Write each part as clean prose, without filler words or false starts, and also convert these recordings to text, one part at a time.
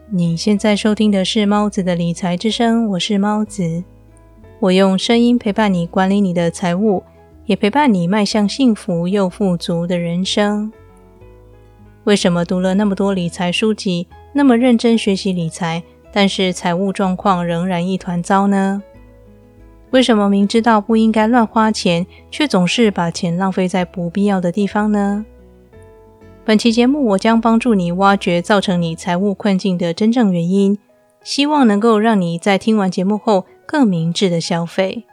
你现在收听的是猫子的理财之声，我是猫子。我用声音陪伴你管理你的财务，也陪伴你迈向幸福又富足的人生。为什么读了那么多理财书籍，那么认真学习理财，但是财务状况仍然一团糟呢？为什么明知道不应该乱花钱，却总是把钱浪费在不必要的地方呢？本期节目我将帮助你挖掘造成你财务困境的真正原因，希望能够让你在听完节目后更明智的消费。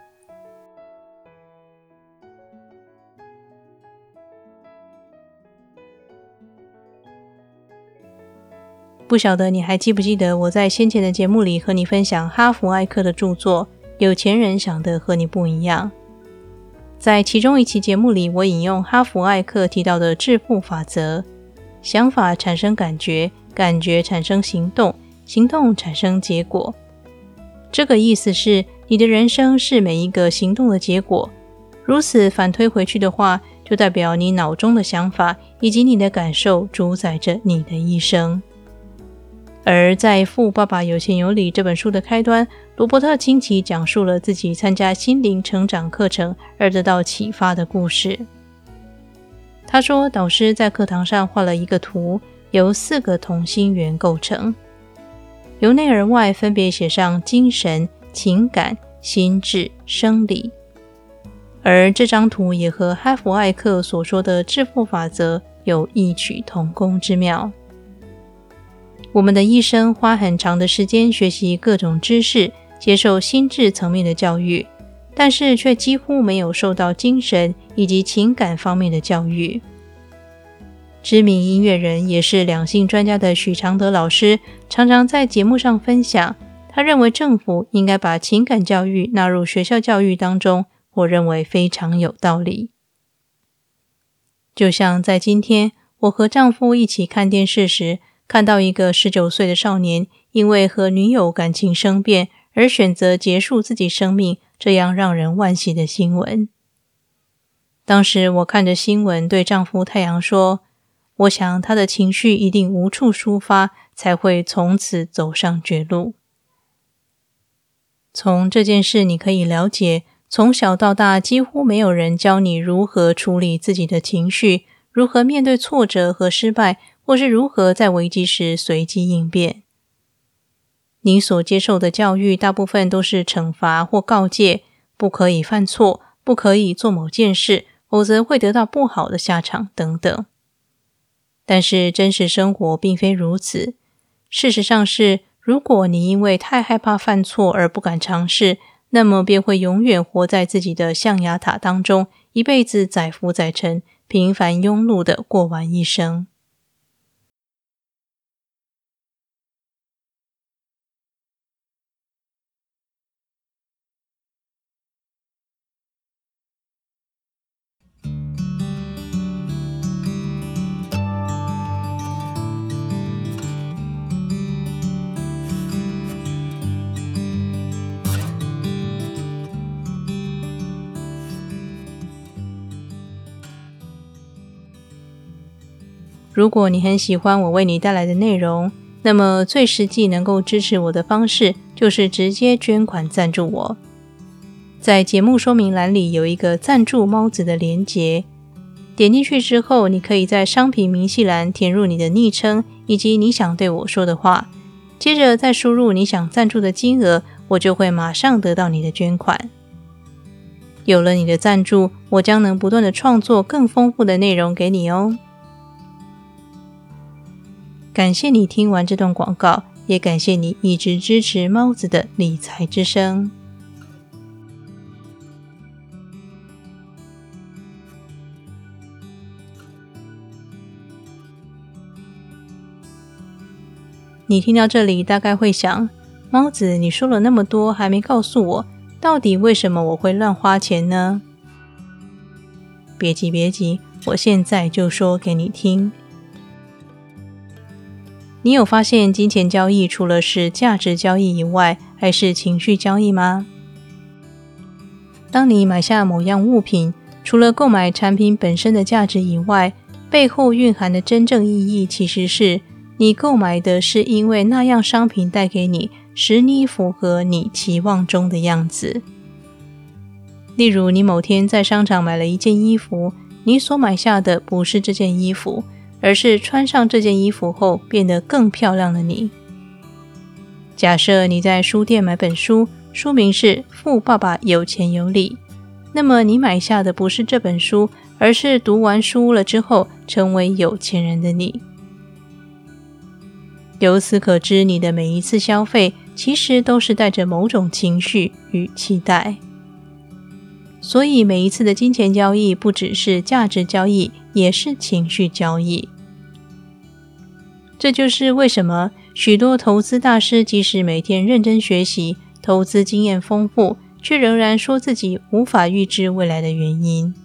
不晓得你还记不记得我在先前的节目里和你分享哈佛艾克的著作《有钱人想的和你不一样》。在其中一期节目里，我引用哈佛艾克提到的致富法则：想法产生感觉，感觉产生行动，行动产生结果。这个意思是，你的人生是每一个行动的结果。如此反推回去的话，就代表你脑中的想法以及你的感受主宰着你的一生。而在《富爸爸有钱有理》这本书的开端，罗伯特清崎讲述了自己参加心灵成长课程而得到启发的故事。他说，导师在课堂上画了一个图，由4个同心圆构成，由内而外分别写上精神、情感、心智、生理。而这张图也和哈佛艾克所说的致富法则有异曲同工之妙。我们的一生花很长的时间学习各种知识，接受心智层面的教育，但是却几乎没有受到精神以及情感方面的教育。知名音乐人也是两性专家的许常德老师常常在节目上分享，他认为政府应该把情感教育纳入学校教育当中，我认为非常有道理。就像在今天，我和丈夫一起看电视时，看到一个19岁的少年因为和女友感情生变而选择结束自己生命，这样让人惋惜的新闻。当时我看着新闻对丈夫太阳说，我想他的情绪一定无处抒发，才会从此走上绝路。从这件事你可以了解，从小到大几乎没有人教你如何处理自己的情绪，如何面对挫折和失败，或是如何在危机时随机应变。你所接受的教育大部分都是惩罚或告诫，不可以犯错，不可以做某件事，否则会得到不好的下场等等。但是真实生活并非如此。事实上是，如果你因为太害怕犯错而不敢尝试，那么便会永远活在自己的象牙塔当中，一辈子载浮载沉，平凡庸碌地过完一生。如果你很喜欢我为你带来的内容，那么最实际能够支持我的方式就是直接捐款赞助我。在节目说明栏里有一个赞助猫子的连结，点进去之后，你可以在商品明细栏填入你的昵称以及你想对我说的话，接着再输入你想赞助的金额，我就会马上得到你的捐款。有了你的赞助，我将能不断的创作更丰富的内容给你哦。感谢你听完这段广告，也感谢你一直支持猫子的理财之声。你听到这里大概会想，猫子你说了那么多还没告诉我，到底为什么我会乱花钱呢？别急，我现在就说给你听。你有发现金钱交易除了是价值交易以外，还是情绪交易吗？当你买下某样物品，除了购买产品本身的价值以外，背后蕴含的真正意义其实是你购买的是因为那样商品带给你，使你符合你期望中的样子。例如，你某天在商场买了一件衣服，你所买下的不是这件衣服，而是穿上这件衣服后变得更漂亮的你。假设你在书店买本书，书名是《富爸爸有钱有理》，那么你买下的不是这本书，而是读完书了之后成为有钱人的你。由此可知，你的每一次消费其实都是带着某种情绪与期待。所以每一次的金钱交易不只是价值交易，也是情绪交易。这就是为什么许多投资大师即使每天认真学习，投资经验丰富，却仍然说自己无法预知未来的原因。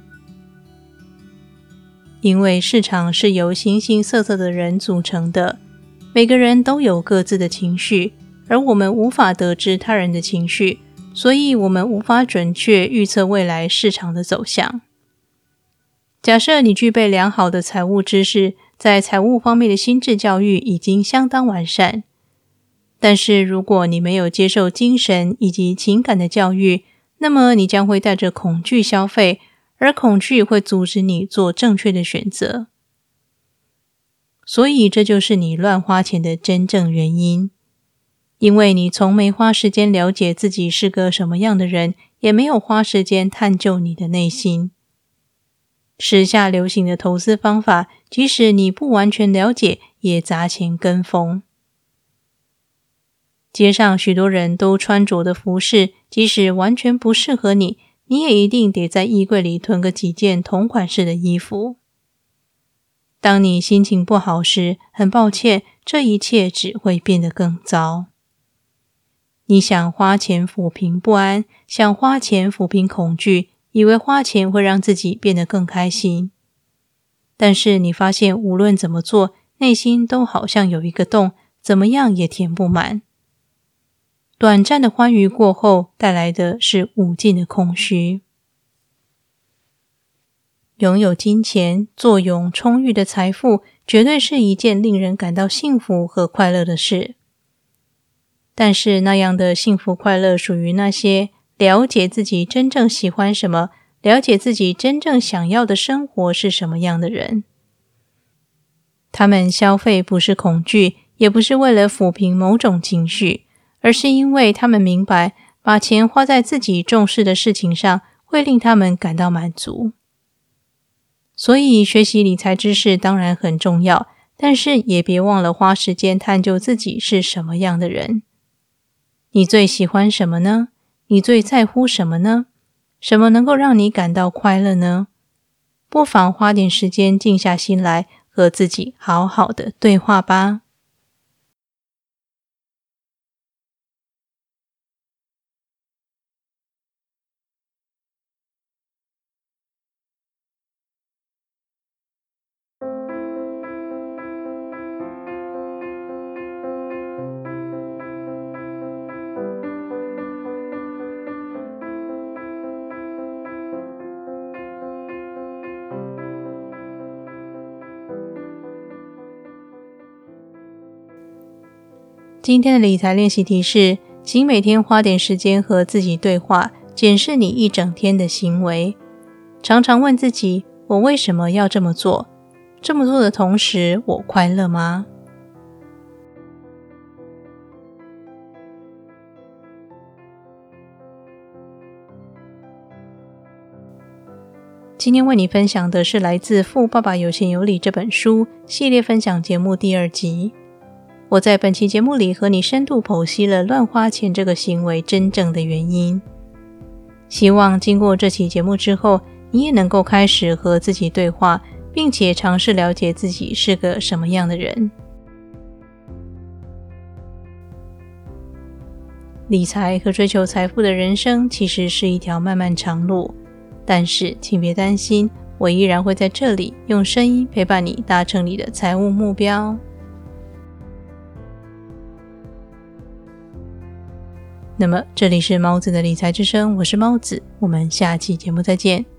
因为市场是由形形色色的人组成的，每个人都有各自的情绪，而我们无法得知他人的情绪，所以我们无法准确预测未来市场的走向。假设你具备良好的财务知识，在财务方面的心智教育已经相当完善，但是如果你没有接受精神以及情感的教育，那么你将会带着恐惧消费，而恐惧会阻止你做正确的选择。所以这就是你乱花钱的真正原因。因为你从没花时间了解自己是个什么样的人，也没有花时间探究你的内心。时下流行的投资方法，即使你不完全了解，也砸钱跟风。街上许多人都穿着的服饰，即使完全不适合你，你也一定得在衣柜里囤个几件同款式的衣服。当你心情不好时，很抱歉，这一切只会变得更糟。你想花钱抚平不安，想花钱抚平恐惧，以为花钱会让自己变得更开心。但是你发现无论怎么做，内心都好像有一个洞，怎么样也填不满。短暂的欢愉过后，带来的是无尽的空虚。拥有金钱，坐拥充裕的财富，绝对是一件令人感到幸福和快乐的事。但是那样的幸福快乐属于那些了解自己真正喜欢什么，了解自己真正想要的生活是什么样的人。他们消费不是恐惧，也不是为了抚平某种情绪，而是因为他们明白，把钱花在自己重视的事情上，会令他们感到满足。所以学习理财知识当然很重要，但是也别忘了花时间探究自己是什么样的人。你最喜欢什么呢？你最在乎什么呢？什么能够让你感到快乐呢？不妨花点时间静下心来，和自己好好的对话吧。今天的理财练习题是，请每天花点时间和自己对话，检视你一整天的行为。常常问自己，我为什么要这么做？这么做的同时，我快乐吗？今天为你分享的是来自《富爸爸有钱有理》这本书系列分享节目第2集。我在本期节目里和你深度剖析了乱花钱这个行为真正的原因。希望经过这期节目之后，你也能够开始和自己对话，并且尝试了解自己是个什么样的人。理财和追求财富的人生其实是一条漫漫长路，但是请别担心，我依然会在这里用声音陪伴你达成你的财务目标。那么这里是猫子的理财之声，我是猫子，我们下期节目再见。